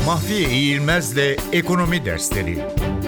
Mahfiye İğilmez'le Ekonomi Dersleri.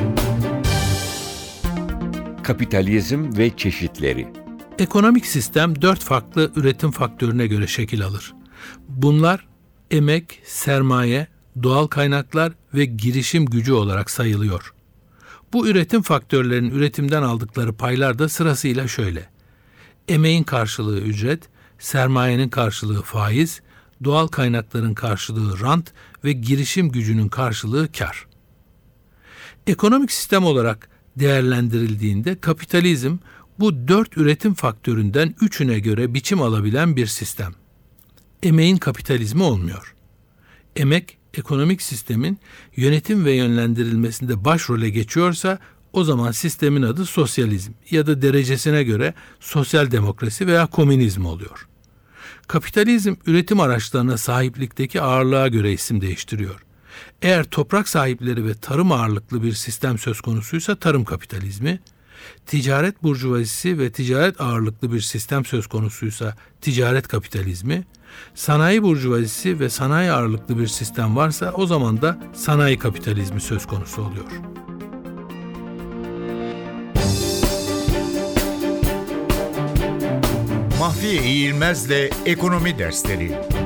Kapitalizm ve çeşitleri. Ekonomik sistem 4 farklı üretim faktörüne göre şekil alır. Bunlar emek, sermaye, doğal kaynaklar ve girişim gücü olarak sayılıyor. Bu üretim faktörlerinin üretimden aldıkları paylar da sırasıyla şöyle: emeğin karşılığı ücret, sermayenin karşılığı faiz, doğal kaynakların karşılığı rant ve girişim gücünün karşılığı kar. Ekonomik sistem olarak değerlendirildiğinde kapitalizm bu 4 üretim faktöründen 3'üne göre biçim alabilen bir sistem. Emeğin kapitalizmi olmuyor. Emek, ekonomik sistemin yönetim ve yönlendirilmesinde başrole geçiyorsa o zaman sistemin adı sosyalizm ya da derecesine göre sosyal demokrasi veya komünizm oluyor. Kapitalizm üretim araçlarına sahiplikteki ağırlığa göre isim değiştiriyor. Eğer toprak sahipleri ve tarım ağırlıklı bir sistem söz konusuysa tarım kapitalizmi, ticaret burjuvazisi ve ticaret ağırlıklı bir sistem söz konusuysa ticaret kapitalizmi, sanayi burjuvazisi ve sanayi ağırlıklı bir sistem varsa o zaman da sanayi kapitalizmi söz konusu oluyor. Mahfiye İğilmez'le Ekonomi Dersleri.